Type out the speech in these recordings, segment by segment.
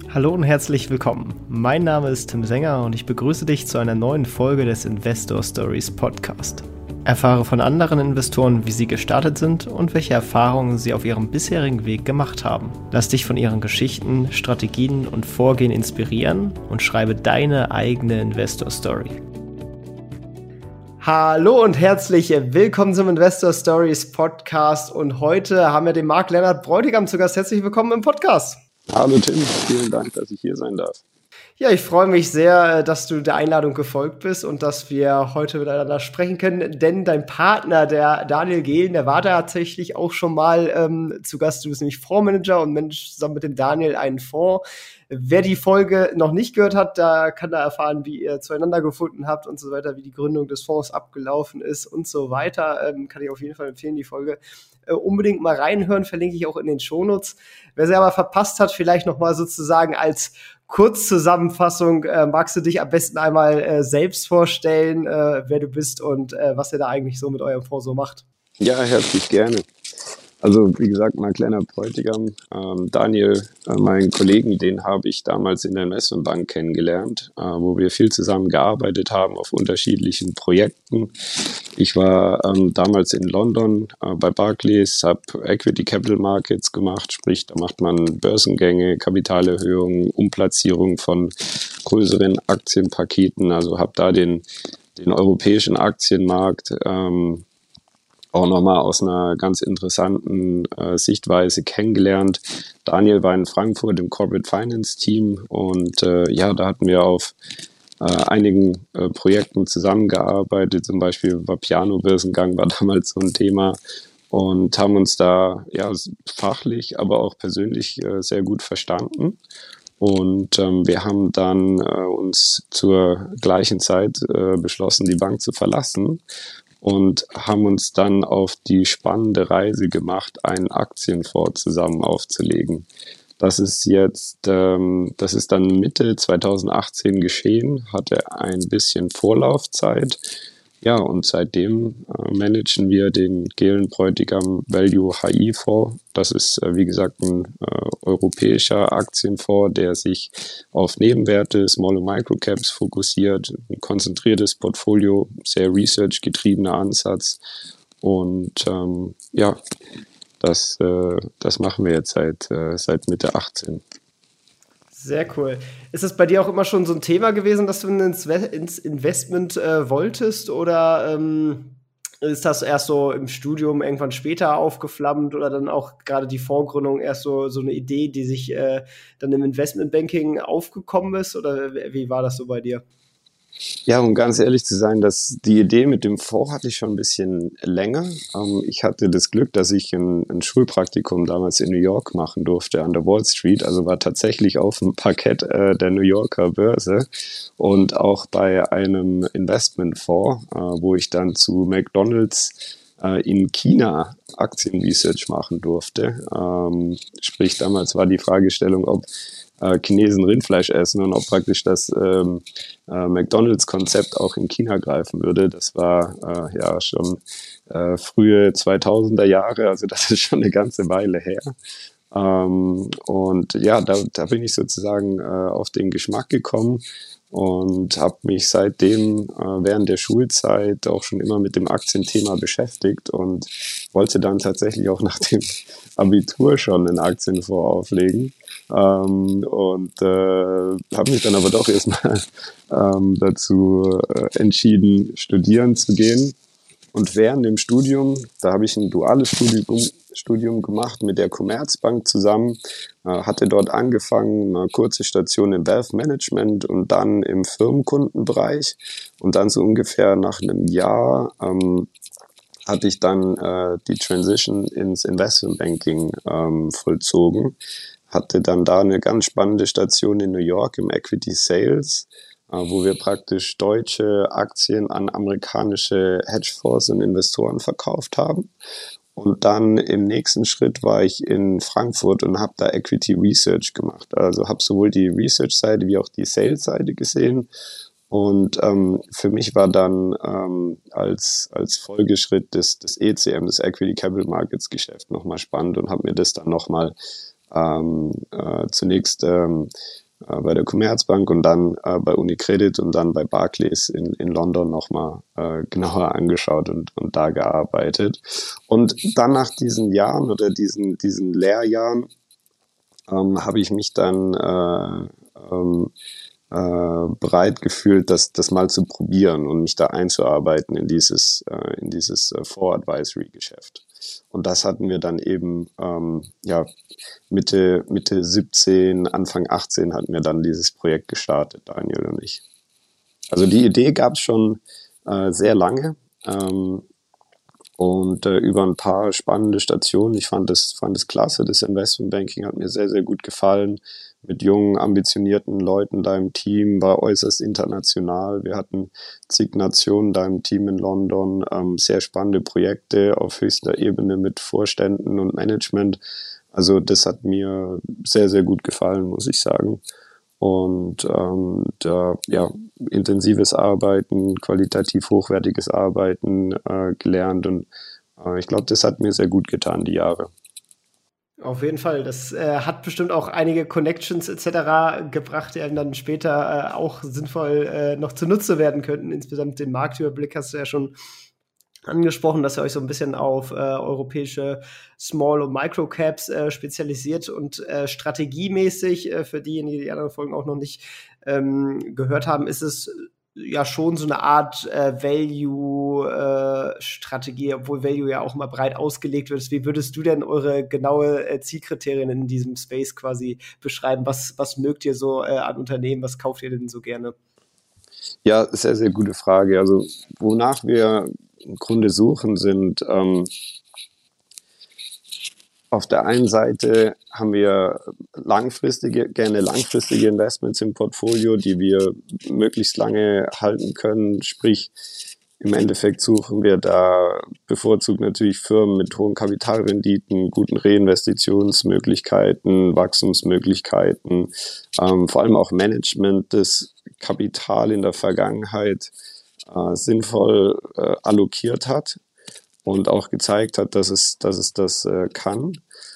Hallo und herzlich willkommen. Mein Name ist Tim Sänger und ich begrüße dich zu einer neuen Folge des Investor Stories Podcast. Erfahre von anderen Investoren, wie sie gestartet sind und welche Erfahrungen sie auf ihrem bisherigen Weg gemacht haben. Lass dich von ihren Geschichten, Strategien und Vorgehen inspirieren und schreibe deine eigene Investor Story. Hallo und herzlich willkommen zum Investor Stories Podcast und heute haben wir den Marc-Lennart Bräutigam zu Gast. Herzlich willkommen im Podcast. Hallo Tim, vielen Dank, dass ich hier sein darf. Ja, ich freue mich sehr, dass du der Einladung gefolgt bist und dass wir heute miteinander sprechen können, denn dein Partner, der Daniel Gehlen, der war tatsächlich auch schon mal zu Gast. Du bist nämlich Fondsmanager und managst zusammen mit dem Daniel einen Fonds. Wer die Folge noch nicht gehört hat, da kann da erfahren, wie ihr zueinander gefunden habt und so weiter, wie die Gründung des Fonds abgelaufen ist und so weiter. Kann ich auf jeden Fall empfehlen, die Folge unbedingt mal reinhören, verlinke ich auch in den Shownotes. Wer sie aber verpasst hat, vielleicht nochmal sozusagen als Kurzzusammenfassung, magst du dich am besten einmal selbst vorstellen, wer du bist und was ihr da eigentlich so mit eurem Fonds so macht? Ja, herzlich gerne. Also wie gesagt, Marc-Lennart Bräutigam, Daniel, meinen Kollegen, den habe ich damals in der Investmentbank kennengelernt, wo wir viel zusammen gearbeitet haben auf unterschiedlichen Projekten. Ich war damals in London bei Barclays, habe Equity Capital Markets gemacht, sprich da macht man Börsengänge, Kapitalerhöhungen, Umplatzierung von größeren Aktienpaketen, also habe da den europäischen Aktienmarkt auch nochmal aus einer ganz interessanten Sichtweise kennengelernt. Daniel war in Frankfurt im Corporate Finance Team und da hatten wir auf einigen Projekten zusammengearbeitet. Zum Beispiel Vapiano-Börsengang war damals so ein Thema und haben uns da fachlich, aber auch persönlich sehr gut verstanden. Und wir haben dann uns zur gleichen Zeit beschlossen, die Bank zu verlassen. Und haben uns dann auf die spannende Reise gemacht, einen Aktienfonds zusammen aufzulegen. Das ist dann Mitte 2018 geschehen, hatte ein bisschen Vorlaufzeit. Ja, und seitdem managen wir den Gehlen Bräutigam Value HI Fonds. Das ist, wie gesagt, ein europäischer Aktienfonds, der sich auf Nebenwerte, Small- und Microcaps fokussiert. Ein konzentriertes Portfolio, sehr research-getriebener Ansatz. Und das machen wir jetzt seit Mitte 18. Sehr cool. Ist das bei dir auch immer schon so ein Thema gewesen, dass du ins Investment wolltest oder ist das erst so im Studium irgendwann später aufgeflammt oder dann auch gerade die Fondsgründung erst so eine Idee, die sich dann im Investmentbanking aufgekommen ist oder wie war das so bei dir? Ja, um ganz ehrlich zu sein, die Idee mit dem Fonds hatte ich schon ein bisschen länger. Ich hatte das Glück, dass ich ein Schulpraktikum damals in New York machen durfte an der Wall Street, also war tatsächlich auf dem Parkett der New Yorker Börse und auch bei einem Investmentfonds, wo ich dann zu McDonald's in China Aktienresearch machen durfte. Sprich, damals war die Fragestellung, ob Chinesen Rindfleisch essen und ob praktisch das McDonalds-Konzept auch in China greifen würde. Das war schon frühe 2000er Jahre, also das ist schon eine ganze Weile her. Da bin ich sozusagen auf den Geschmack gekommen und habe mich seitdem während der Schulzeit auch schon immer mit dem Aktienthema beschäftigt und wollte dann tatsächlich auch nach dem Abitur schon einen Aktienfonds auflegen. Habe mich dann aber doch erstmal dazu entschieden, studieren zu gehen. Und während dem Studium, da habe ich ein duales Studium gemacht mit der Commerzbank zusammen, hatte dort angefangen, eine kurze Station im Wealth Management und dann im Firmenkundenbereich. Und dann so ungefähr nach einem Jahr hatte ich dann die Transition ins Investmentbanking vollzogen. Hatte dann da eine ganz spannende Station in New York im Equity Sales, wo wir praktisch deutsche Aktien an amerikanische Hedgefonds und Investoren verkauft haben. Und dann im nächsten Schritt war ich in Frankfurt und habe da Equity Research gemacht. Also habe sowohl die Research-Seite wie auch die Sales-Seite gesehen. Und für mich war dann als Folgeschritt das ECM, das Equity Capital Markets Geschäft nochmal spannend und habe mir das dann nochmal Zunächst bei der Commerzbank und dann bei UniCredit und dann bei Barclays in London nochmal genauer angeschaut und da gearbeitet. Und dann nach diesen Jahren oder diesen Lehrjahren habe ich mich dann bereit gefühlt, das mal zu probieren und mich da einzuarbeiten in dieses Fonds-Advisory-Geschäft. Und das hatten wir dann eben Mitte 17, Anfang 18 hatten wir dann dieses Projekt gestartet, Daniel und ich. Also die Idee gab es schon sehr lange und über ein paar spannende Stationen. Ich fand das klasse. Das Investmentbanking hat mir sehr, sehr gut gefallen. Mit jungen, ambitionierten Leuten da im Team, war äußerst international. Wir hatten zig Nationen da im Team in London, sehr spannende Projekte auf höchster Ebene mit Vorständen und Management. Also das hat mir sehr, sehr gut gefallen, muss ich sagen. Und intensives Arbeiten, qualitativ hochwertiges Arbeiten gelernt. Und ich glaube, das hat mir sehr gut getan, die Jahre. Auf jeden Fall. Das hat bestimmt auch einige Connections etc. gebracht, die einem dann später auch sinnvoll noch zunutze werden könnten. Insgesamt den Marktüberblick hast du ja schon angesprochen, dass ihr euch so ein bisschen auf europäische Small- und Microcaps spezialisiert und strategiemäßig, für diejenigen, die die anderen Folgen auch noch nicht gehört haben, ist es ja schon so eine Art Value-Strategie, obwohl Value ja auch mal breit ausgelegt wird. Wie würdest du denn eure genaue Zielkriterien in diesem Space quasi beschreiben? Was mögt ihr so an Unternehmen? Was kauft ihr denn so gerne? Ja, sehr, sehr gute Frage. Also wonach wir im Grunde suchen, sind auf der einen Seite haben wir gerne langfristige Investments im Portfolio, die wir möglichst lange halten können. Sprich, im Endeffekt suchen wir da bevorzugt natürlich Firmen mit hohen Kapitalrenditen, guten Reinvestitionsmöglichkeiten, Wachstumsmöglichkeiten, vor allem auch Management, das Kapital in der Vergangenheit sinnvoll allokiert hat und auch gezeigt hat, dass es das kann.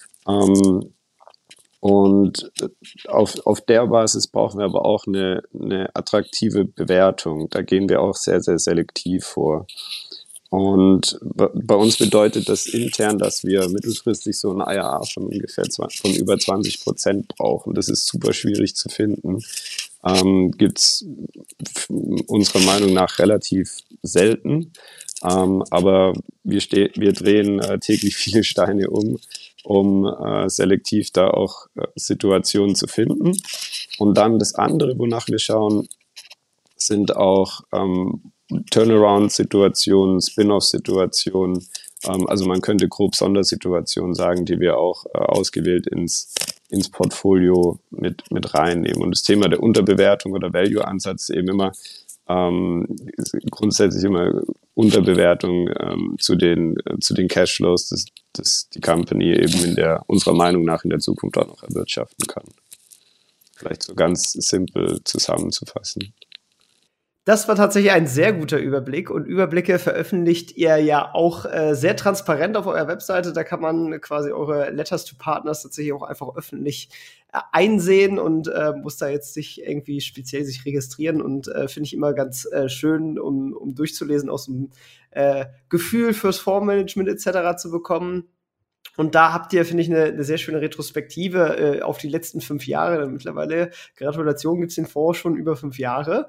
Und auf der Basis brauchen wir aber auch eine attraktive Bewertung. Da gehen wir auch sehr, sehr selektiv vor. Und bei uns bedeutet das intern, dass wir mittelfristig so ein IRR von ungefähr von über 20% brauchen. Das ist super schwierig zu finden. Gibt's unserer Meinung nach relativ selten. Aber wir drehen täglich viele Steine um selektiv da auch Situationen zu finden. Und dann das andere, wonach wir schauen, sind auch Turnaround-Situationen, Spin-off-Situationen. Also man könnte grob Sondersituationen sagen, die wir auch ausgewählt ins Portfolio mit reinnehmen. Und das Thema der Unterbewertung oder Value-Ansatz ist eben immer grundsätzlich immer Unterbewertung zu den Cashflows, dass die Company eben unserer Meinung nach in der Zukunft auch noch erwirtschaften kann. Vielleicht so ganz simpel zusammenzufassen. Das war tatsächlich ein sehr guter Überblick und Überblicke veröffentlicht ihr ja auch sehr transparent auf eurer Webseite. Da kann man quasi eure Letters to Partners tatsächlich auch einfach öffentlich einsehen und muss da jetzt sich irgendwie speziell sich registrieren und finde ich immer ganz schön, um durchzulesen, aus dem Gefühl fürs Fondsmanagement etc. zu bekommen. Und da habt ihr, finde ich, eine sehr schöne Retrospektive auf die letzten 5 Jahre. Mittlerweile, Gratulation, gibt's den Fonds schon über 5 Jahre.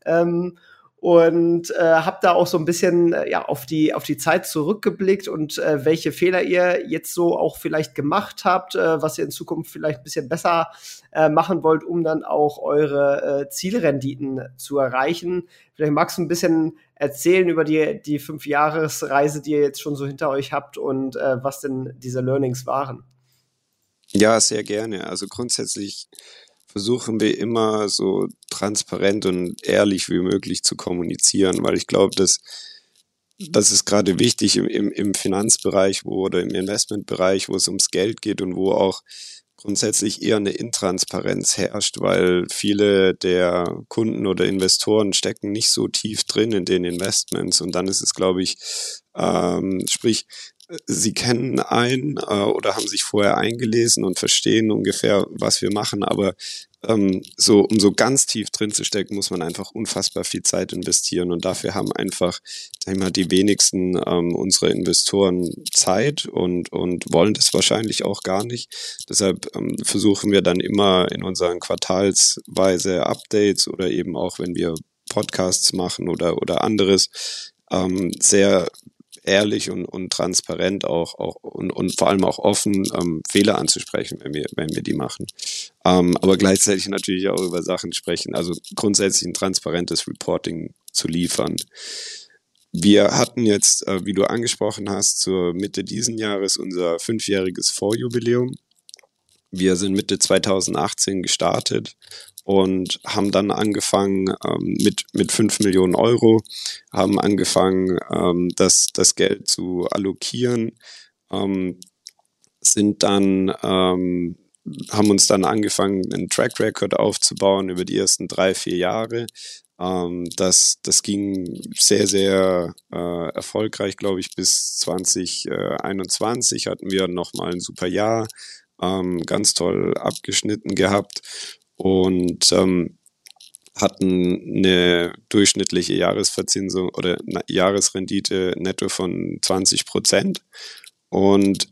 Und habt da auch so ein bisschen auf die Zeit zurückgeblickt und welche Fehler ihr jetzt so auch vielleicht gemacht habt, was ihr in Zukunft vielleicht ein bisschen besser machen wollt, um dann auch eure Zielrenditen zu erreichen. Vielleicht magst du ein bisschen erzählen über die 5-Jahres-Reise, die ihr jetzt schon so hinter euch habt und was denn diese Learnings waren. Ja, sehr gerne. Also grundsätzlich versuchen wir immer so transparent und ehrlich wie möglich zu kommunizieren, weil ich glaube, das ist gerade wichtig im Finanzbereich oder im Investmentbereich, wo es ums Geld geht und wo auch grundsätzlich eher eine Intransparenz herrscht, weil viele der Kunden oder Investoren stecken nicht so tief drin in den Investments und dann ist es, glaube ich, sprich, sie kennen einen oder haben sich vorher eingelesen und verstehen ungefähr, was wir machen, aber so, um so ganz tief drin zu stecken, muss man einfach unfassbar viel Zeit investieren und dafür haben einfach immer die wenigsten unserer Investoren Zeit und wollen das wahrscheinlich auch gar nicht. Deshalb versuchen wir dann immer in unseren quartalsweise Updates oder eben auch, wenn wir Podcasts machen oder anderes, sehr ehrlich und transparent auch und vor allem auch offen Fehler anzusprechen, wenn wir die machen. Aber gleichzeitig natürlich auch über Sachen sprechen, also grundsätzlich ein transparentes Reporting zu liefern. Wir hatten jetzt, wie du angesprochen hast, zur Mitte diesen Jahres unser 5-jähriges Vorjubiläum. Wir sind Mitte 2018 gestartet und haben dann angefangen mit 5 Millionen Euro, haben angefangen, das Geld zu allokieren, sind dann, haben uns dann angefangen, einen Track Record aufzubauen über die ersten 3-4 Jahre. Das ging sehr, sehr erfolgreich, glaube ich, bis 2021 hatten wir nochmal ein super Jahr, ganz toll abgeschnitten gehabt und hatten eine durchschnittliche Jahresverzinsung oder Jahresrendite netto von 20% und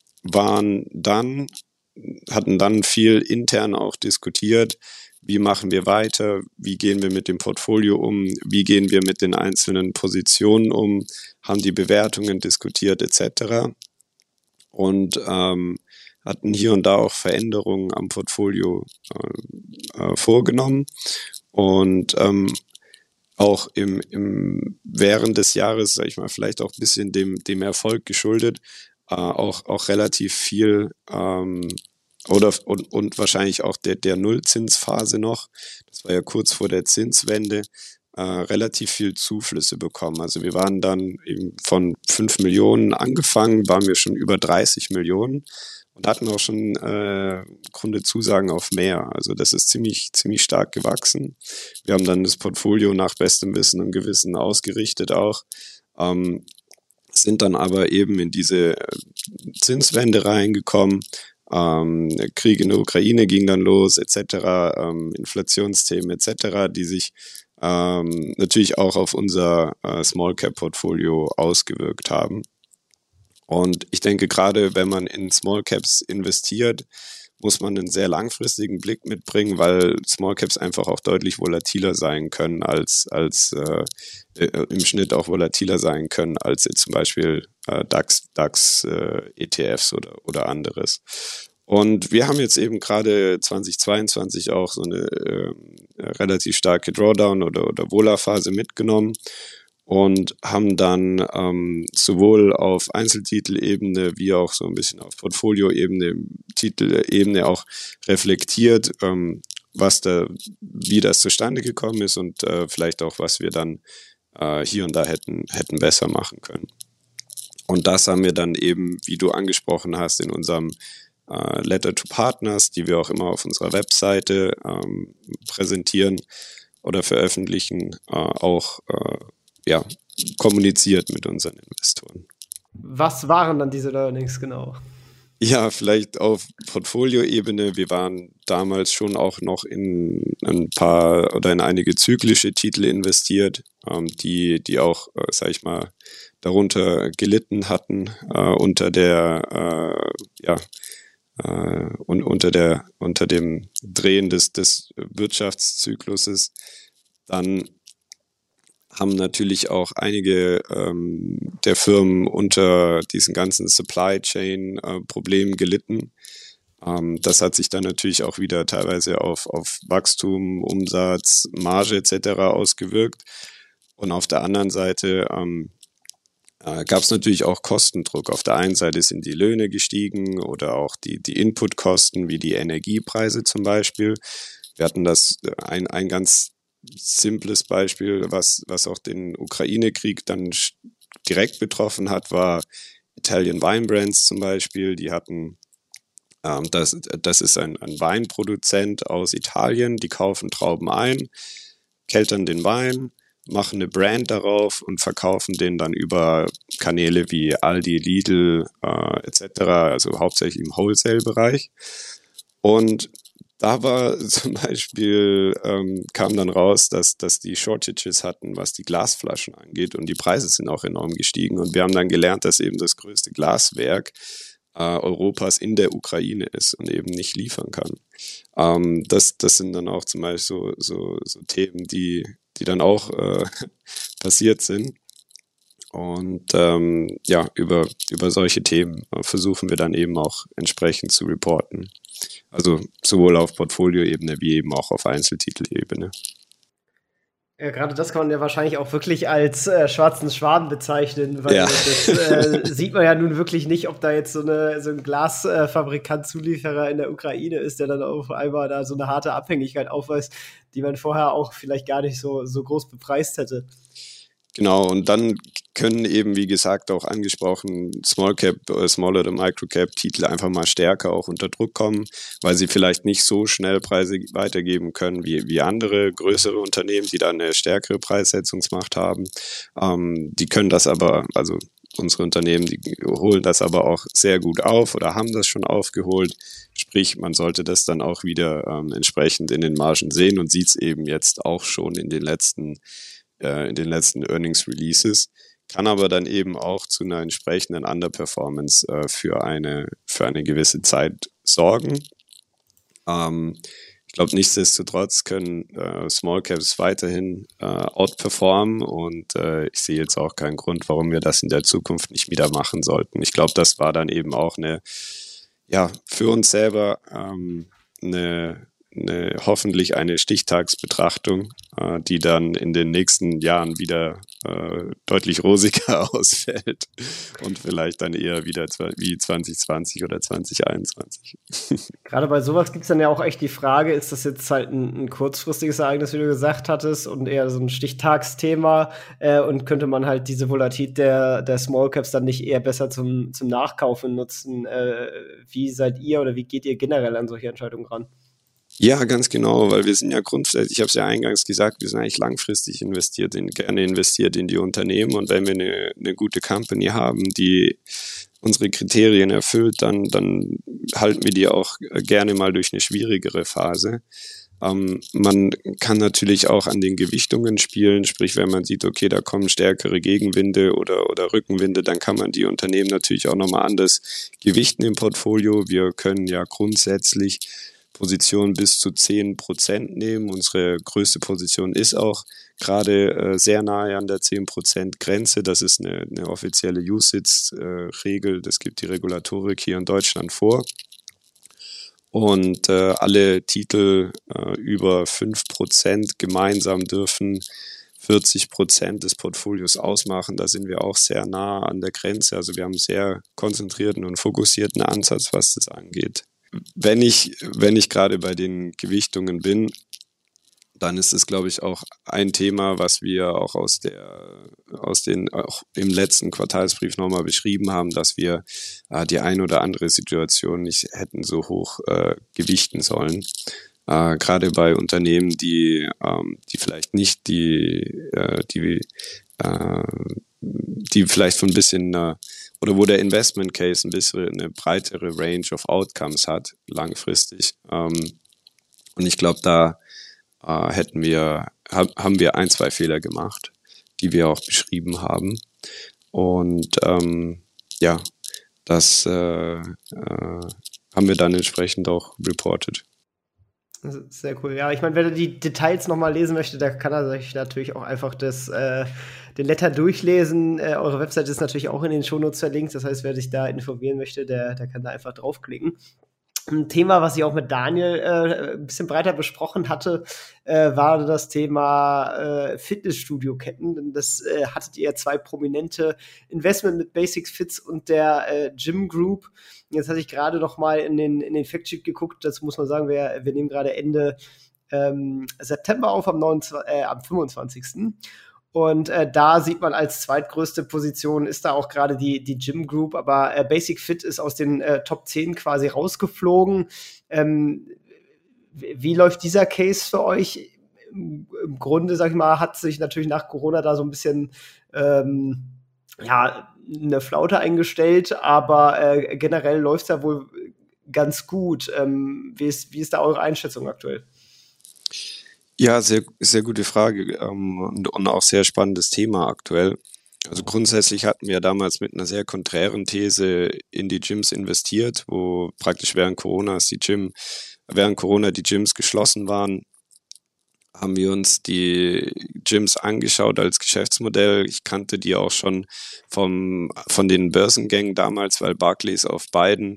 hatten dann viel intern auch diskutiert, wie machen wir weiter, wie gehen wir mit dem Portfolio um, wie gehen wir mit den einzelnen Positionen um, haben die Bewertungen diskutiert etc. Und hatten hier und da auch Veränderungen am Portfolio vorgenommen und auch während des Jahres, sag ich mal, vielleicht auch ein bisschen dem Erfolg geschuldet, auch relativ viel und wahrscheinlich auch der Nullzinsphase noch, das war ja kurz vor der Zinswende, relativ viel Zuflüsse bekommen. Also wir waren dann eben von 5 Millionen angefangen, waren wir schon über 30 Millionen und hatten auch schon Grunde Zusagen auf mehr. Also das ist ziemlich stark gewachsen. Wir haben dann das Portfolio nach bestem Wissen und Gewissen ausgerichtet auch, sind dann aber eben in diese Zinswende reingekommen. Krieg in der Ukraine ging dann los, etc., Inflationsthemen etc., die sich natürlich auch auf unser Small Cap Portfolio ausgewirkt haben. Und ich denke, gerade wenn man in Small Caps investiert, muss man einen sehr langfristigen Blick mitbringen, weil Small Caps einfach auch deutlich volatiler sein können als im Schnitt auch volatiler sein können als jetzt zum Beispiel DAX ETFs oder anderes. Und wir haben jetzt eben gerade 2022 auch so eine relativ starke Drawdown oder Wohlerphase mitgenommen und haben dann sowohl auf Einzeltitelebene wie auch so ein bisschen auf Portfolioebene, Titelebene auch reflektiert, wie das zustande gekommen ist und vielleicht auch, was wir dann hier und da hätten besser machen können. Und das haben wir dann eben, wie du angesprochen hast, in unserem Letter to Partners, die wir auch immer auf unserer Webseite präsentieren oder veröffentlichen, auch kommuniziert mit unseren Investoren. Was waren dann diese Learnings genau? Ja, vielleicht auf Portfolioebene. Wir waren damals schon auch noch in ein paar oder in einige zyklische Titel investiert, die auch, sag ich mal, darunter gelitten hatten, unter dem Drehen des Wirtschaftszykluses. Dann haben natürlich auch einige der Firmen unter diesen ganzen Supply Chain Problemen gelitten. Das hat sich dann natürlich auch wieder teilweise auf Wachstum, Umsatz, Marge etc. ausgewirkt. Und auf der anderen Seite gab es natürlich auch Kostendruck. Auf der einen Seite sind die Löhne gestiegen oder auch die Inputkosten wie die Energiepreise zum Beispiel. Wir hatten ein ganz simples Beispiel, was auch den Ukraine-Krieg dann direkt betroffen hat, war Italian Wine Brands zum Beispiel. Die hatten, das ist ein Weinproduzent aus Italien, die kaufen Trauben ein, keltern den Wein machen eine Brand darauf und verkaufen den dann über Kanäle wie Aldi, Lidl etc., also hauptsächlich im Wholesale-Bereich. Und da war zum Beispiel, kam dann raus, dass die Shortages hatten, was die Glasflaschen angeht, und die Preise sind auch enorm gestiegen. Und wir haben dann gelernt, dass eben das größte Glaswerk Europas in der Ukraine ist und eben nicht liefern kann. Das sind dann auch zum Beispiel so Themen, die dann auch passiert sind. Und über solche Themen versuchen wir dann eben auch entsprechend zu reporten. Also sowohl auf Portfolioebene wie eben auch auf Einzeltitelebene. Ja, gerade das kann man ja wahrscheinlich auch wirklich als schwarzen Schwan bezeichnen, weil das sieht man ja nun wirklich nicht, ob da jetzt so ein Glasfabrikant, Zulieferer in der Ukraine ist, der dann auf einmal da so eine harte Abhängigkeit aufweist, die man vorher auch vielleicht gar nicht so groß bepreist hätte. Genau, und dann können eben, wie gesagt, auch angesprochen, Small oder Microcap-Titel einfach mal stärker auch unter Druck kommen, weil sie vielleicht nicht so schnell Preise weitergeben können wie andere größere Unternehmen, die da eine stärkere Preissetzungsmacht haben. Die können das aber, also unsere Unternehmen, die holen das aber auch sehr gut auf oder haben das schon aufgeholt. Sprich, man sollte das dann auch wieder entsprechend in den Margen sehen und sieht es eben jetzt auch schon in den letzten Earnings Releases, kann aber dann eben auch zu einer entsprechenden Underperformance für eine gewisse Zeit sorgen. Ich glaube, nichtsdestotrotz können Small Caps weiterhin outperformen und ich sehe jetzt auch keinen Grund, warum wir das in der Zukunft nicht wieder machen sollten. Ich glaube, das war dann eben auch für uns selber hoffentlich eine Stichtagsbetrachtung, die dann in den nächsten Jahren wieder deutlich rosiger ausfällt und vielleicht dann eher wieder wie 2020 oder 2021. Gerade bei sowas gibt es dann ja auch echt die Frage, ist das jetzt halt ein kurzfristiges Ereignis, wie du gesagt hattest, und eher so ein Stichtagsthema, und könnte man halt diese Volatilität der Small Caps dann nicht eher besser zum Nachkaufen nutzen? Wie seid ihr oder wie geht ihr generell an solche Entscheidungen ran? Ja, ganz genau, weil wir sind ja grundsätzlich, ich habe es ja eingangs gesagt, wir sind eigentlich langfristig gerne investiert in die Unternehmen, und wenn wir eine gute Company haben, die unsere Kriterien erfüllt, dann halten wir die auch gerne mal durch eine schwierigere Phase. Man kann natürlich auch an den Gewichtungen spielen, sprich, wenn man sieht, okay, da kommen stärkere Gegenwinde oder Rückenwinde, dann kann man die Unternehmen natürlich auch nochmal anders gewichten im Portfolio. Wir können ja grundsätzlich Position bis zu 10% nehmen. Unsere größte Position ist auch gerade sehr nahe an der 10% Grenze. Das ist eine offizielle UCITS-Regel. Das gibt die Regulatorik hier in Deutschland vor. Und alle Titel über 5% gemeinsam dürfen 40% des Portfolios ausmachen. Da sind wir auch sehr nah an der Grenze. Also wir haben einen sehr konzentrierten und fokussierten Ansatz, was das angeht. Wenn ich gerade bei den Gewichtungen bin, dann ist es, glaube ich, auch ein Thema, was wir auch auch im letzten Quartalsbrief nochmal beschrieben haben, dass wir die ein oder andere Situation nicht hätten so hoch gewichten sollen. Gerade bei Unternehmen, die vielleicht nicht die vielleicht von ein bisschen oder wo der Investment Case ein bisschen eine breitere Range of Outcomes hat, langfristig. Und ich glaube, da haben wir 1, 2 Fehler gemacht, die wir auch beschrieben haben. Und das haben wir dann entsprechend auch reported. Sehr cool. Ja, ich meine, wenn er die Details nochmal lesen möchte, da kann er sich natürlich auch einfach den Letter durchlesen. Eure Webseite ist natürlich auch in den Shownotes verlinkt. Das heißt, wer sich da informieren möchte, der kann da einfach draufklicken. Ein Thema, was ich auch mit Daniel ein bisschen breiter besprochen hatte, war das Thema Fitnessstudio-Ketten. Denn das hattet ihr 2 prominente Investment mit Basic Fits und der Gym Group. Jetzt hatte ich gerade noch mal in den Factsheet geguckt. Dazu muss man sagen, wir nehmen gerade Ende September auf, am 25. Und da sieht man als zweitgrößte Position ist da auch gerade die Gym Group, aber Basic Fit ist aus den Top 10 quasi rausgeflogen. Wie läuft dieser Case für euch? im Grunde, sag ich mal, hat sich natürlich nach Corona da so ein bisschen eine Flaute eingestellt, aber generell läuft es ja wohl ganz gut. Wie ist da eure Einschätzung aktuell? Ja, sehr, sehr gute Frage und auch sehr spannendes Thema aktuell. Also grundsätzlich hatten wir damals mit einer sehr konträren These in die Gyms investiert, wo praktisch während Corona die Gyms geschlossen waren, haben wir uns die Gyms angeschaut als Geschäftsmodell. Ich kannte die auch schon von den Börsengängen damals, weil Barclays auf beiden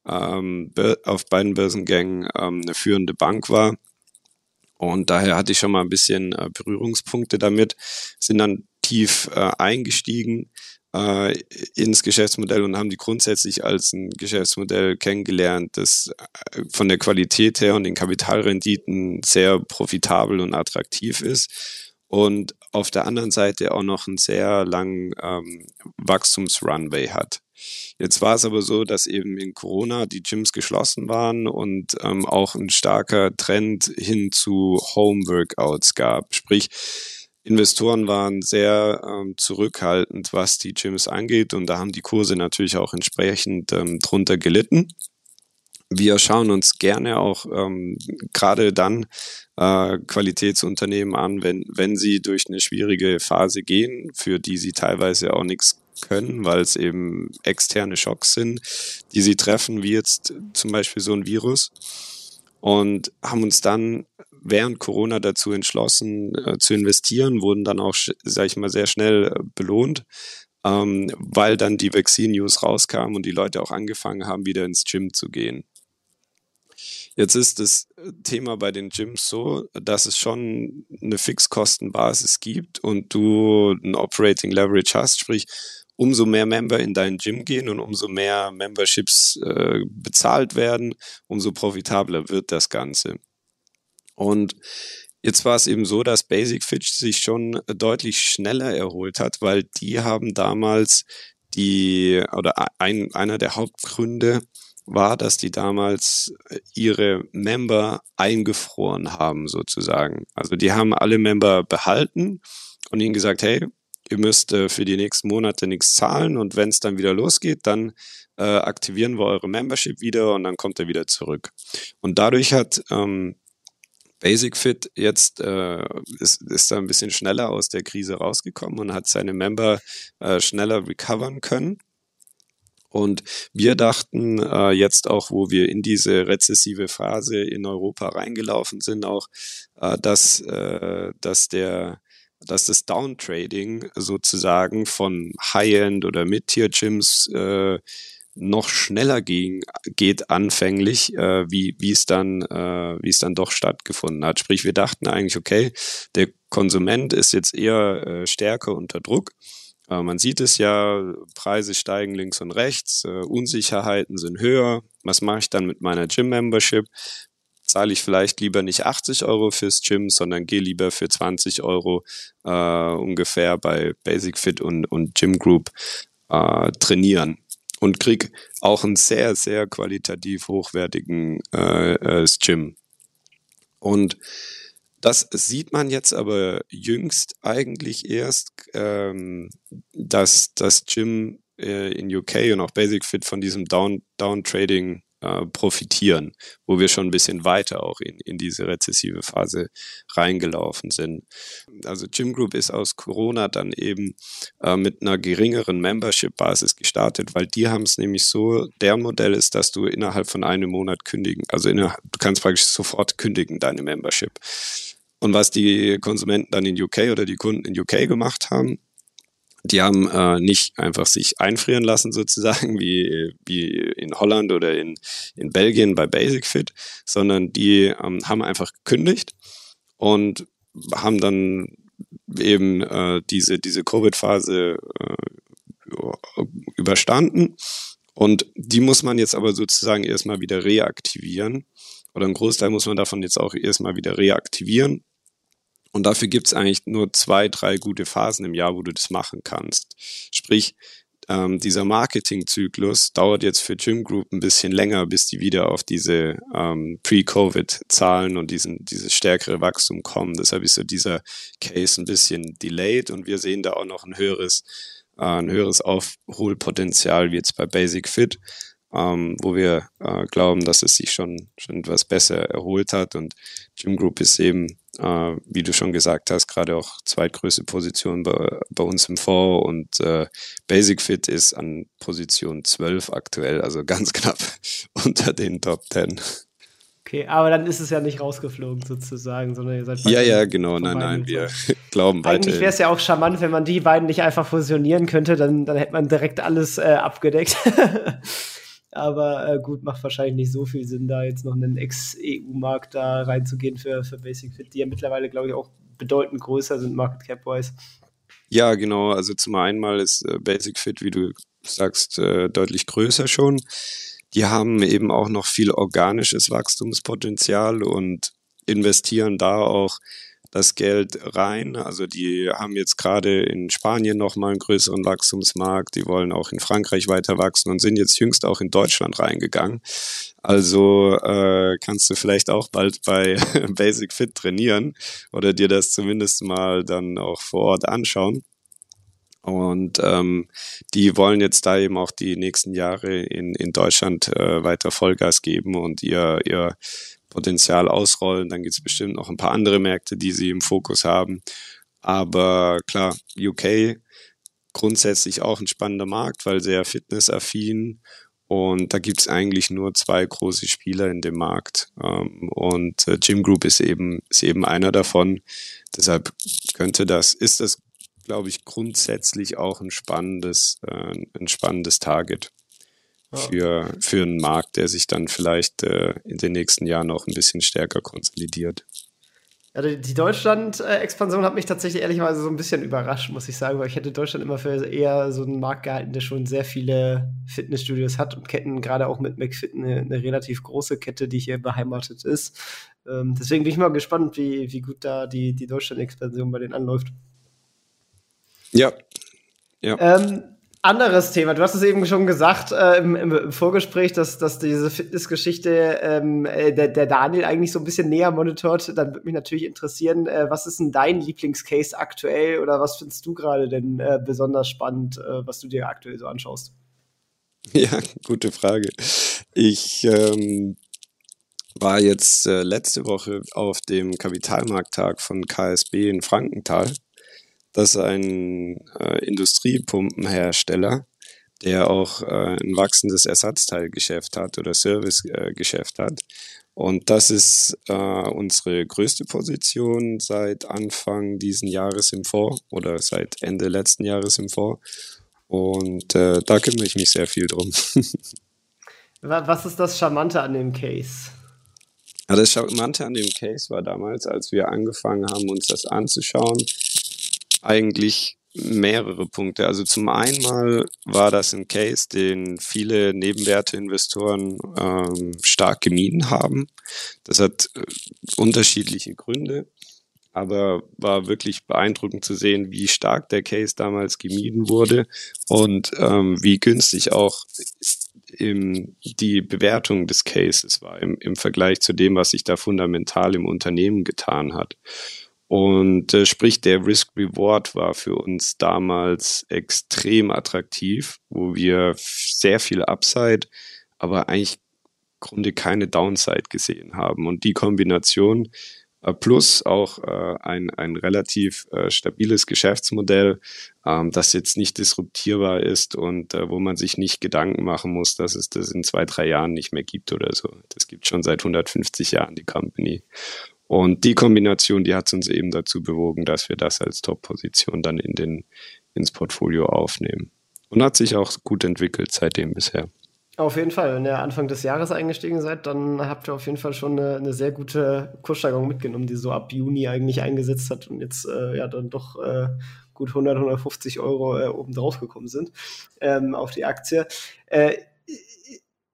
Börsengängen eine führende Bank war. Und daher hatte ich schon mal ein bisschen Berührungspunkte damit, sind dann tief eingestiegen ins Geschäftsmodell und haben die grundsätzlich als ein Geschäftsmodell kennengelernt, das von der Qualität her und den Kapitalrenditen sehr profitabel und attraktiv ist und auf der anderen Seite auch noch einen sehr langen Wachstumsrunway hat. Jetzt war es aber so, dass eben in Corona die Gyms geschlossen waren und auch ein starker Trend hin zu Home-Workouts gab. Sprich, Investoren waren sehr zurückhaltend, was die Gyms angeht, und da haben die Kurse natürlich auch entsprechend drunter gelitten. Wir schauen uns gerne auch gerade dann Qualitätsunternehmen an, wenn sie durch eine schwierige Phase gehen, für die sie teilweise auch nichts können, weil es eben externe Schocks sind, die sie treffen, wie jetzt zum Beispiel so ein Virus, und haben uns dann während Corona dazu entschlossen zu investieren, wurden dann auch, sag ich mal, sehr schnell belohnt, weil dann die Vaccine-News rauskamen und die Leute auch angefangen haben, wieder ins Gym zu gehen. Jetzt ist das Thema bei den Gyms so, dass es schon eine Fixkostenbasis gibt und du ein Operating Leverage hast, sprich, umso mehr Member in dein Gym gehen und umso mehr Memberships bezahlt werden, umso profitabler wird das Ganze. Und jetzt war es eben so, dass Basic-Fit sich schon deutlich schneller erholt hat, weil die haben damals einer der Hauptgründe war, dass die damals ihre Member eingefroren haben, sozusagen. Also die haben alle Member behalten und ihnen gesagt, hey, ihr müsst für die nächsten Monate nichts zahlen, und wenn es dann wieder losgeht, dann aktivieren wir eure Membership wieder und dann kommt er wieder zurück. Und dadurch hat Basic Fit jetzt ist da ein bisschen schneller aus der Krise rausgekommen und hat seine Member schneller recovern können. Und wir dachten jetzt auch, wo wir in diese rezessive Phase in Europa reingelaufen sind, auch, dass das Downtrading sozusagen von High-End oder Mid-Tier-Gyms noch schneller geht anfänglich, wie es dann doch stattgefunden hat. Sprich, wir dachten eigentlich, okay, der Konsument ist jetzt eher stärker unter Druck. Man sieht es ja, Preise steigen links und rechts, Unsicherheiten sind höher. Was mache ich dann mit meiner Gym-Membership? Zahle ich vielleicht lieber nicht 80 Euro fürs Gym, sondern gehe lieber für 20 Euro ungefähr bei Basic Fit und Gym Group trainieren und krieg auch einen sehr, sehr qualitativ hochwertigen Gym. Und das sieht man jetzt aber jüngst eigentlich erst, dass das Gym in UK und auch Basic Fit von diesem Downtrading profitieren, wo wir schon ein bisschen weiter auch in diese rezessive Phase reingelaufen sind. Also Gym Group ist aus Corona dann eben mit einer geringeren Membership-Basis gestartet, weil die haben es nämlich so, deren Modell ist, dass du innerhalb von einem Monat kündigen, also du kannst praktisch sofort kündigen, deine Membership. Und was die Konsumenten dann in UK oder die Kunden in UK gemacht haben, die haben nicht einfach sich einfrieren lassen sozusagen wie in Holland oder in Belgien bei Basic Fit, sondern die haben einfach gekündigt und haben dann eben diese Covid-Phase überstanden. Und die muss man jetzt aber sozusagen erstmal wieder reaktivieren, oder ein Großteil muss man davon jetzt auch erstmal wieder reaktivieren. Und dafür gibt es eigentlich nur 2, 3 gute Phasen im Jahr, wo du das machen kannst. Sprich, dieser Marketingzyklus dauert jetzt für Gym Group ein bisschen länger, bis die wieder auf diese Pre-Covid-Zahlen und dieses stärkere Wachstum kommen. Deshalb ist so dieser Case ein bisschen delayed und wir sehen da auch noch ein höheres Aufholpotenzial wie jetzt bei Basic Fit, wo wir glauben, dass es sich schon etwas besser erholt hat. Und Gym Group ist eben, wie du schon gesagt hast, gerade auch zweitgrößte Position bei uns im Fonds und Basic Fit ist an Position 12 aktuell, also ganz knapp unter den Top 10. Okay, aber dann ist es ja nicht rausgeflogen sozusagen, sondern ihr seid Ja, genau, nein, wir glauben weiter. Eigentlich wäre es ja auch charmant, wenn man die beiden nicht einfach fusionieren könnte, dann hätte man direkt alles abgedeckt. Aber gut, macht wahrscheinlich nicht so viel Sinn, da jetzt noch einen Ex-EU-Markt da reinzugehen für Basic Fit, die ja mittlerweile, glaube ich, auch bedeutend größer sind, Market Cap-wise. Ja, genau, also zum einen mal ist Basic Fit, wie du sagst, deutlich größer schon. Die haben eben auch noch viel organisches Wachstumspotenzial und investieren da auch das Geld rein. Also die haben jetzt gerade in Spanien nochmal einen größeren Wachstumsmarkt. Die wollen auch in Frankreich weiter wachsen und sind jetzt jüngst auch in Deutschland reingegangen. Also kannst du vielleicht auch bald bei Basic Fit trainieren oder dir das zumindest mal dann auch vor Ort anschauen. Und die wollen jetzt da eben auch die nächsten Jahre in Deutschland weiter Vollgas geben und ihr Potenzial ausrollen. Dann gibt es bestimmt noch ein paar andere Märkte, die sie im Fokus haben. Aber klar, UK grundsätzlich auch ein spannender Markt, weil sehr fitnessaffin. Und da gibt es eigentlich nur 2 große Spieler in dem Markt. Und Gym Group ist eben einer davon. Deshalb ist das, glaube ich, grundsätzlich auch ein spannendes Target für einen Markt, der sich dann vielleicht in den nächsten Jahren noch ein bisschen stärker konsolidiert. Ja, die Deutschland-Expansion hat mich tatsächlich ehrlicherweise so ein bisschen überrascht, muss ich sagen, weil ich hätte Deutschland immer für eher so einen Markt gehalten, der schon sehr viele Fitnessstudios hat und Ketten, gerade auch mit McFit, eine relativ große Kette, die hier beheimatet ist. Deswegen bin ich mal gespannt, wie gut da die Deutschland-Expansion bei denen anläuft. Ja. Anderes Thema. Du hast es eben schon gesagt im Vorgespräch, dass diese Fitnessgeschichte der Daniel eigentlich so ein bisschen näher monitort. Dann würde mich natürlich interessieren, was ist denn dein Lieblingscase aktuell oder was findest du gerade denn besonders spannend, was du dir aktuell so anschaust? Ja, gute Frage. Ich war jetzt letzte Woche auf dem Kapitalmarkttag von KSB in Frankenthal. Das ist ein Industriepumpenhersteller, der auch ein wachsendes Ersatzteilgeschäft hat oder Servicegeschäft hat. Und das ist unsere größte Position seit Anfang diesen Jahres im Fonds oder seit Ende letzten Jahres im Fonds. Und da kümmere ich mich sehr viel drum. Was ist das Charmante an dem Case? Ja, das Charmante an dem Case war damals, als wir angefangen haben, uns das anzuschauen, eigentlich mehrere Punkte. Also zum einen mal war das ein Case, den viele Nebenwerteinvestoren stark gemieden haben. Das hat unterschiedliche Gründe, aber war wirklich beeindruckend zu sehen, wie stark der Case damals gemieden wurde und wie günstig auch die Bewertung des Cases war im Vergleich zu dem, was sich da fundamental im Unternehmen getan hat. Und sprich, der Risk-Reward war für uns damals extrem attraktiv, wo wir sehr viel Upside, aber eigentlich im Grunde keine Downside gesehen haben. Und die Kombination plus auch ein relativ stabiles Geschäftsmodell, das jetzt nicht disruptierbar ist und wo man sich nicht Gedanken machen muss, dass es das in 2-3 Jahren nicht mehr gibt oder so. Das gibt schon seit 150 Jahren, die Company. Und die Kombination, die hat uns eben dazu bewogen, dass wir das als Top-Position dann ins Portfolio aufnehmen. Und hat sich auch gut entwickelt seitdem bisher. Auf jeden Fall. Wenn ihr Anfang des Jahres eingestiegen seid, dann habt ihr auf jeden Fall schon eine sehr gute Kurssteigerung mitgenommen, die so ab Juni eigentlich eingesetzt hat und jetzt dann doch gut 100, 150 Euro oben drauf gekommen sind auf die Aktie.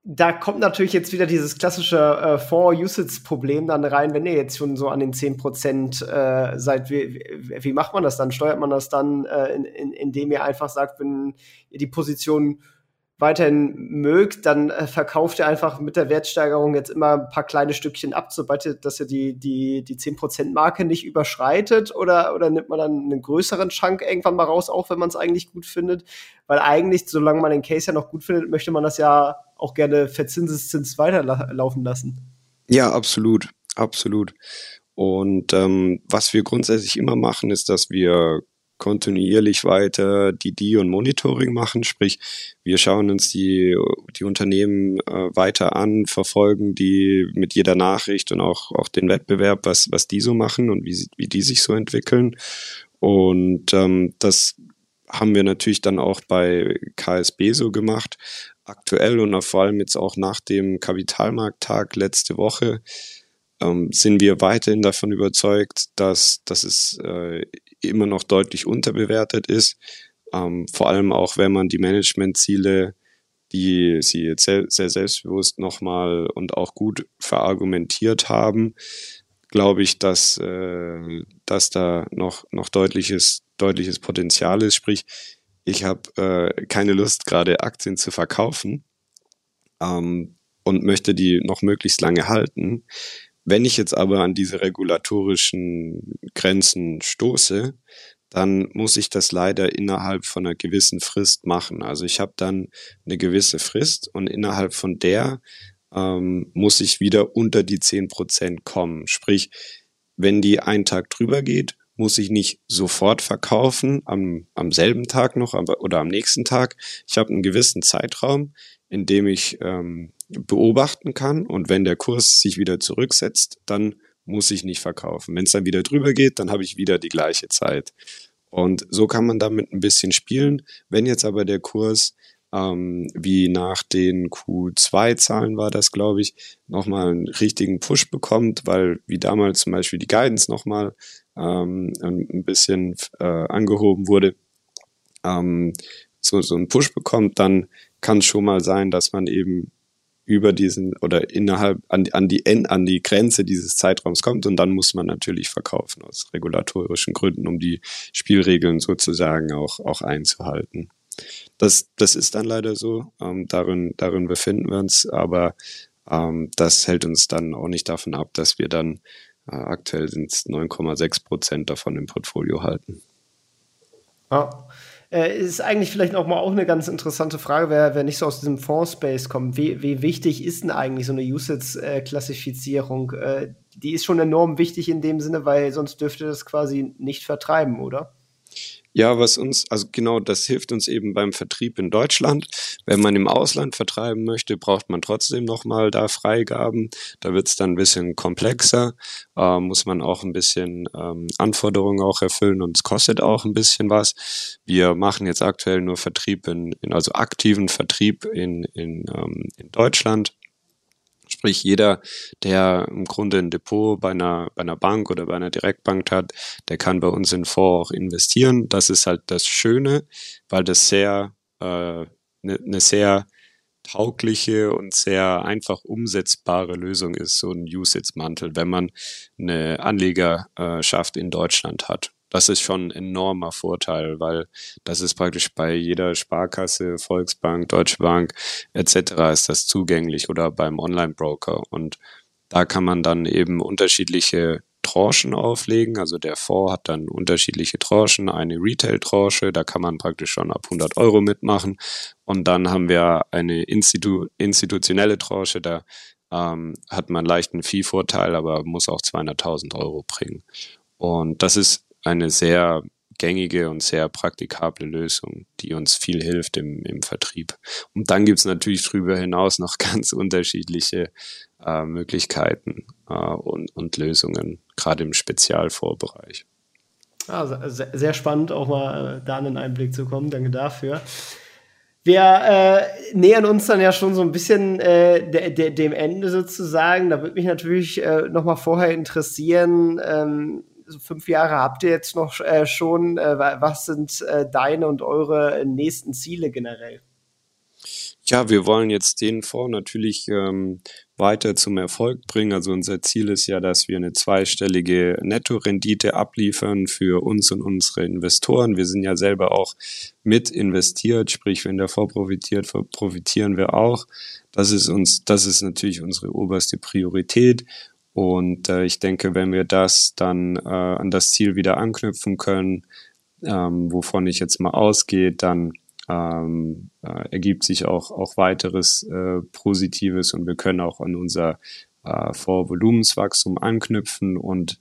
da kommt natürlich jetzt wieder dieses klassische For-Usage-Problem dann rein, wenn ihr jetzt schon so an den 10% seid. Wie macht man das dann? Steuert man das dann, indem ihr einfach sagt, wenn ihr die Position weiterhin mögt, dann verkauft ihr einfach mit der Wertsteigerung jetzt immer ein paar kleine Stückchen ab, sobald ihr, dass ihr die 10%-Marke nicht überschreitet, oder nimmt man dann einen größeren Chunk irgendwann mal raus, auch wenn man es eigentlich gut findet? Weil eigentlich, solange man den Case ja noch gut findet, möchte man das ja auch gerne Verzinseszins weiterlaufen lassen. Ja, absolut, absolut. Und was wir grundsätzlich immer machen, ist, dass wir kontinuierlich weiter DD und Monitoring machen, sprich wir schauen uns die Unternehmen weiter an, verfolgen die mit jeder Nachricht und auch den Wettbewerb, was die so machen und wie die sich so entwickeln. Und das haben wir natürlich dann auch bei KSB so gemacht. Aktuell und vor allem jetzt auch nach dem Kapitalmarkttag letzte Woche sind wir weiterhin davon überzeugt, dass es immer noch deutlich unterbewertet ist. Vor allem auch, wenn man die Managementziele, die sie jetzt sehr, sehr selbstbewusst nochmal und auch gut verargumentiert haben, glaube ich, dass da noch deutliches Potenzial ist. Sprich, ich habe keine Lust, gerade Aktien zu verkaufen und möchte die noch möglichst lange halten. Wenn ich jetzt aber an diese regulatorischen Grenzen stoße, dann muss ich das leider innerhalb von einer gewissen Frist machen. Also ich habe dann eine gewisse Frist und innerhalb von der muss ich wieder unter die 10% kommen. Sprich, wenn die einen Tag drüber geht, muss ich nicht sofort verkaufen, am selben Tag noch oder am nächsten Tag. Ich habe einen gewissen Zeitraum, in dem ich beobachten kann, und wenn der Kurs sich wieder zurücksetzt, dann muss ich nicht verkaufen. Wenn es dann wieder drüber geht, dann habe ich wieder die gleiche Zeit. Und so kann man damit ein bisschen spielen. Wenn jetzt aber der Kurs wie nach den Q2-Zahlen war das, glaube ich, nochmal einen richtigen Push bekommt, weil wie damals zum Beispiel die Guidance nochmal ein bisschen angehoben wurde, so einen Push bekommt, dann kann es schon mal sein, dass man eben über diesen oder innerhalb an die Grenze dieses Zeitraums kommt, und dann muss man natürlich verkaufen aus regulatorischen Gründen, um die Spielregeln sozusagen auch einzuhalten. Das ist dann leider so, darin befinden wir uns, aber das hält uns dann auch nicht davon ab, dass wir dann aktuell sind es 9,6% davon im Portfolio halten. Ja. Ist eigentlich vielleicht noch mal auch eine ganz interessante Frage, wer nicht so aus diesem Fonds-Space kommt. Wie wichtig ist denn eigentlich so eine Usage-Klassifizierung? Die ist schon enorm wichtig in dem Sinne, weil sonst dürfte das quasi nicht vertreiben, oder? Ja, also genau, das hilft uns eben beim Vertrieb in Deutschland. Wenn man im Ausland vertreiben möchte, braucht man trotzdem nochmal da Freigaben. Da wird es dann ein bisschen komplexer, muss man auch ein bisschen Anforderungen auch erfüllen, und es kostet auch ein bisschen was. Wir machen jetzt aktuell nur Vertrieb also aktiven Vertrieb in Deutschland. Sprich, jeder, der im Grunde ein Depot bei einer Bank oder bei einer Direktbank hat, der kann bei uns in Fonds auch investieren. Das ist halt das Schöne, weil das eine sehr taugliche und sehr einfach umsetzbare Lösung ist, so ein Usage-Mantel, wenn man eine Anlegerschaft in Deutschland hat. Das ist schon ein enormer Vorteil, weil das ist praktisch bei jeder Sparkasse, Volksbank, Deutsche Bank etc. ist das zugänglich, oder beim Online-Broker. Und da kann man dann eben unterschiedliche Tranchen auflegen. Also der Fonds hat dann unterschiedliche Tranchen, eine Retail-Tranche, da kann man praktisch schon ab 100 Euro mitmachen. Und dann haben wir eine institutionelle Tranche, da hat man leicht einen Fee-Vorteil, aber muss auch 200.000 Euro bringen. Und das ist eine sehr gängige und sehr praktikable Lösung, die uns viel hilft im Vertrieb. Und dann gibt es natürlich darüber hinaus noch ganz unterschiedliche Möglichkeiten und Lösungen, gerade im Spezialfondsbereich. Also sehr spannend, auch mal da einen Einblick zu kommen. Danke dafür. Wir nähern uns dann ja schon so ein bisschen dem Ende sozusagen. Da würde mich natürlich noch mal vorher interessieren, so 5 Jahre habt ihr jetzt noch schon. Was sind deine und eure nächsten Ziele generell? Ja, wir wollen jetzt den Fonds natürlich weiter zum Erfolg bringen. Also unser Ziel ist ja, dass wir eine zweistellige Nettorendite abliefern für uns und unsere Investoren. Wir sind ja selber auch mit investiert, sprich, wenn der Fonds profitiert, profitieren wir auch. Das ist natürlich unsere oberste Priorität. Und ich denke, wenn wir das dann an das Ziel wieder anknüpfen können, wovon ich jetzt mal ausgehe, dann ergibt sich auch weiteres Positives und wir können auch an unser Vorvolumenswachstum anknüpfen und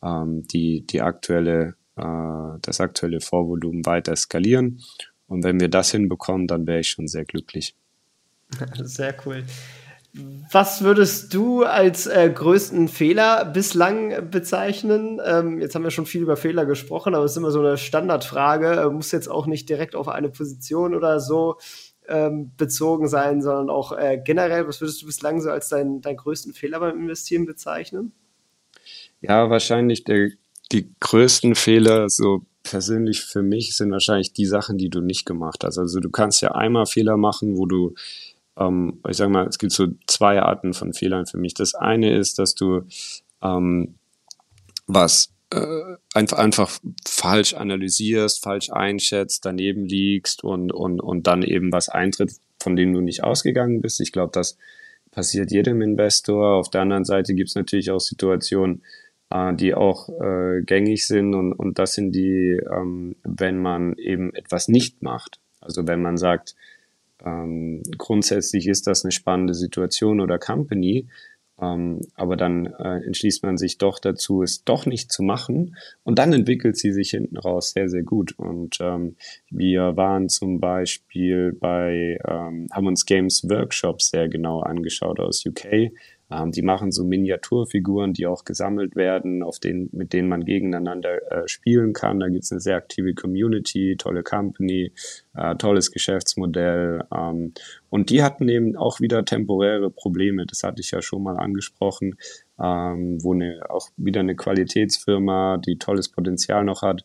das aktuelle Vorvolumen weiter skalieren. Und wenn wir das hinbekommen, dann wäre ich schon sehr glücklich. Sehr cool. Was würdest du als größten Fehler bislang bezeichnen? Jetzt haben wir schon viel über Fehler gesprochen, aber es ist immer so eine Standardfrage. Muss jetzt auch nicht direkt auf eine Position oder so bezogen sein, sondern auch generell. Was würdest du bislang so als deinen größten Fehler beim Investieren bezeichnen? Ja, wahrscheinlich die größten Fehler, so persönlich für mich, sind wahrscheinlich die Sachen, die du nicht gemacht hast. Also du kannst ja einmal Fehler machen, wo du ich sag mal, es gibt so zwei Arten von Fehlern für mich. Das eine ist, dass du ähm, was einfach falsch analysierst, falsch einschätzt, daneben liegst und dann eben was eintritt, von dem du nicht ausgegangen bist. Ich glaube, das passiert jedem Investor. Auf der anderen Seite gibt es natürlich auch Situationen, die auch gängig sind und das sind die, wenn man eben etwas nicht macht. Also wenn man sagt, grundsätzlich ist das eine spannende Situation oder Company, aber dann entschließt man sich doch dazu, es doch nicht zu machen und dann entwickelt sie sich hinten raus sehr, sehr gut. Und wir waren zum Beispiel haben uns Games Workshops sehr genau angeschaut aus UK. Die machen so Miniaturfiguren, die auch gesammelt werden, mit denen man gegeneinander spielen kann. Da gibt's eine sehr aktive Community, tolle Company, tolles Geschäftsmodell. Und die hatten eben auch wieder temporäre Probleme. Das hatte ich ja schon mal angesprochen, wo auch wieder eine Qualitätsfirma, die tolles Potenzial noch hat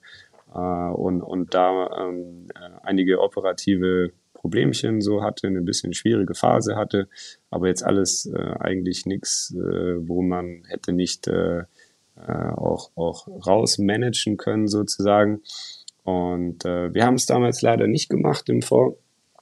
und da einige operative Problemchen so hatte, eine bisschen schwierige Phase hatte, aber jetzt alles eigentlich nichts, wo man hätte nicht auch rausmanagen können sozusagen. Und wir haben es damals leider nicht gemacht im Fonds,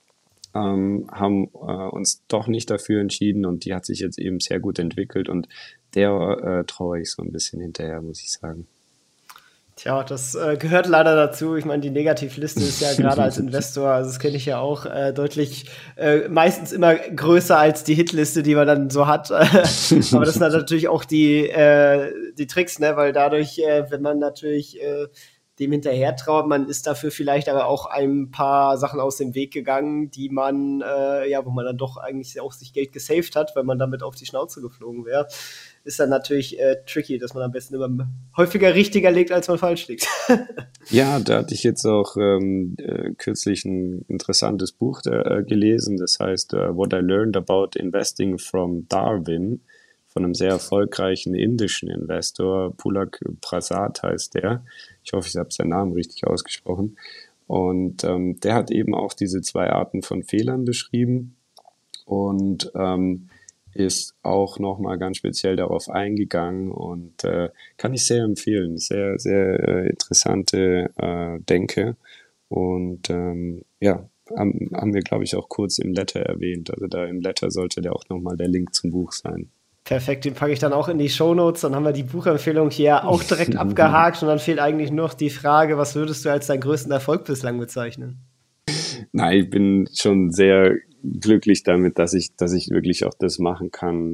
haben uns doch nicht dafür entschieden und die hat sich jetzt eben sehr gut entwickelt und der traue ich so ein bisschen hinterher, muss ich sagen. Tja, das gehört leider dazu. Ich meine, die Negativliste ist ja gerade als Investor, also das kenne ich ja auch, deutlich meistens immer größer als die Hitliste, die man dann so hat. Aber das sind halt natürlich auch die Tricks, ne? Weil dadurch, wenn man natürlich dem hinterher traut, man ist dafür vielleicht aber auch ein paar Sachen aus dem Weg gegangen, die man, ja, wo man dann doch eigentlich auch sich Geld gesaved hat, weil man damit auf die Schnauze geflogen wäre. Ist dann natürlich tricky, dass man am besten immer häufiger richtiger liegt, als man falsch liegt. Ja, da hatte ich jetzt auch kürzlich ein interessantes Buch gelesen, das heißt What I Learned About Investing from Darwin von einem sehr erfolgreichen indischen Investor, Pulak Prasad heißt der. Ich hoffe, ich habe seinen Namen richtig ausgesprochen. Und der hat eben auch diese zwei Arten von Fehlern beschrieben und ist auch nochmal ganz speziell darauf eingegangen und kann ich sehr empfehlen. Sehr, sehr interessante Denke. Und ja, haben wir, glaube ich, auch kurz im Letter erwähnt. Also da im Letter sollte der auch nochmal der Link zum Buch sein. Perfekt, den packe ich dann auch in die Shownotes. Dann haben wir die Buchempfehlung hier auch direkt abgehakt und dann fehlt eigentlich nur noch die Frage, was würdest du als deinen größten Erfolg bislang bezeichnen? Nein, ich bin schon sehr glücklich damit, dass ich wirklich auch das machen kann,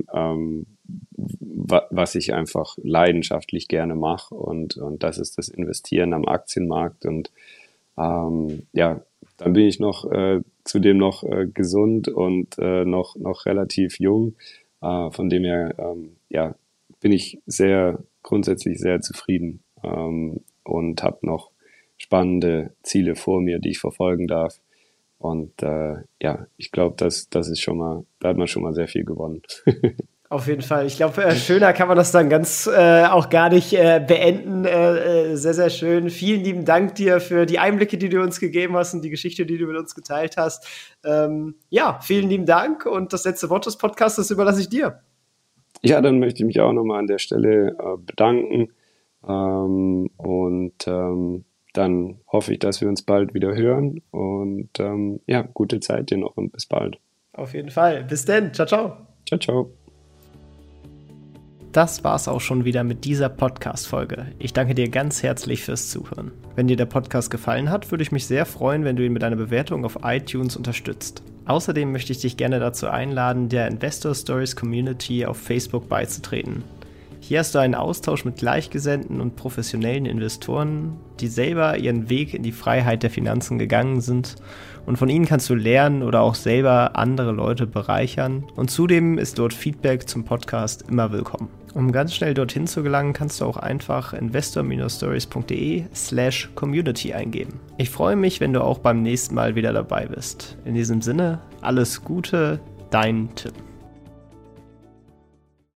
was ich einfach leidenschaftlich gerne mache und das ist das Investieren am Aktienmarkt und ja, dann bin ich zudem noch gesund und noch relativ jung. Von dem her, ja, bin ich grundsätzlich sehr zufrieden und habe noch spannende Ziele vor mir, die ich verfolgen darf. Und ja, ich glaube, das ist da hat man schon mal sehr viel gewonnen. Auf jeden Fall. Ich glaube, schöner kann man das dann ganz auch gar nicht beenden. Sehr, sehr schön. Vielen lieben Dank dir für die Einblicke, die du uns gegeben hast und die Geschichte, die du mit uns geteilt hast. Ja, vielen lieben Dank und das letzte Wort des Podcasts überlasse ich dir. Ja, dann möchte ich mich auch nochmal an der Stelle bedanken dann hoffe ich, dass wir uns bald wieder hören und ja, gute Zeit dir noch und bis bald. Auf jeden Fall. Bis dann. Ciao, ciao. Ciao, ciao. Das war's auch schon wieder mit dieser Podcast-Folge. Ich danke dir ganz herzlich fürs Zuhören. Wenn dir der Podcast gefallen hat, würde ich mich sehr freuen, wenn du ihn mit einer Bewertung auf iTunes unterstützt. Außerdem möchte ich dich gerne dazu einladen, der Investor Stories Community auf Facebook beizutreten. Hier hast du einen Austausch mit Gleichgesinnten und professionellen Investoren, die selber ihren Weg in die Freiheit der Finanzen gegangen sind, und von ihnen kannst du lernen oder auch selber andere Leute bereichern, und zudem ist dort Feedback zum Podcast immer willkommen. Um ganz schnell dorthin zu gelangen, kannst du auch einfach investor-stories.de/community eingeben. Ich freue mich, wenn du auch beim nächsten Mal wieder dabei bist. In diesem Sinne, alles Gute, dein Tim.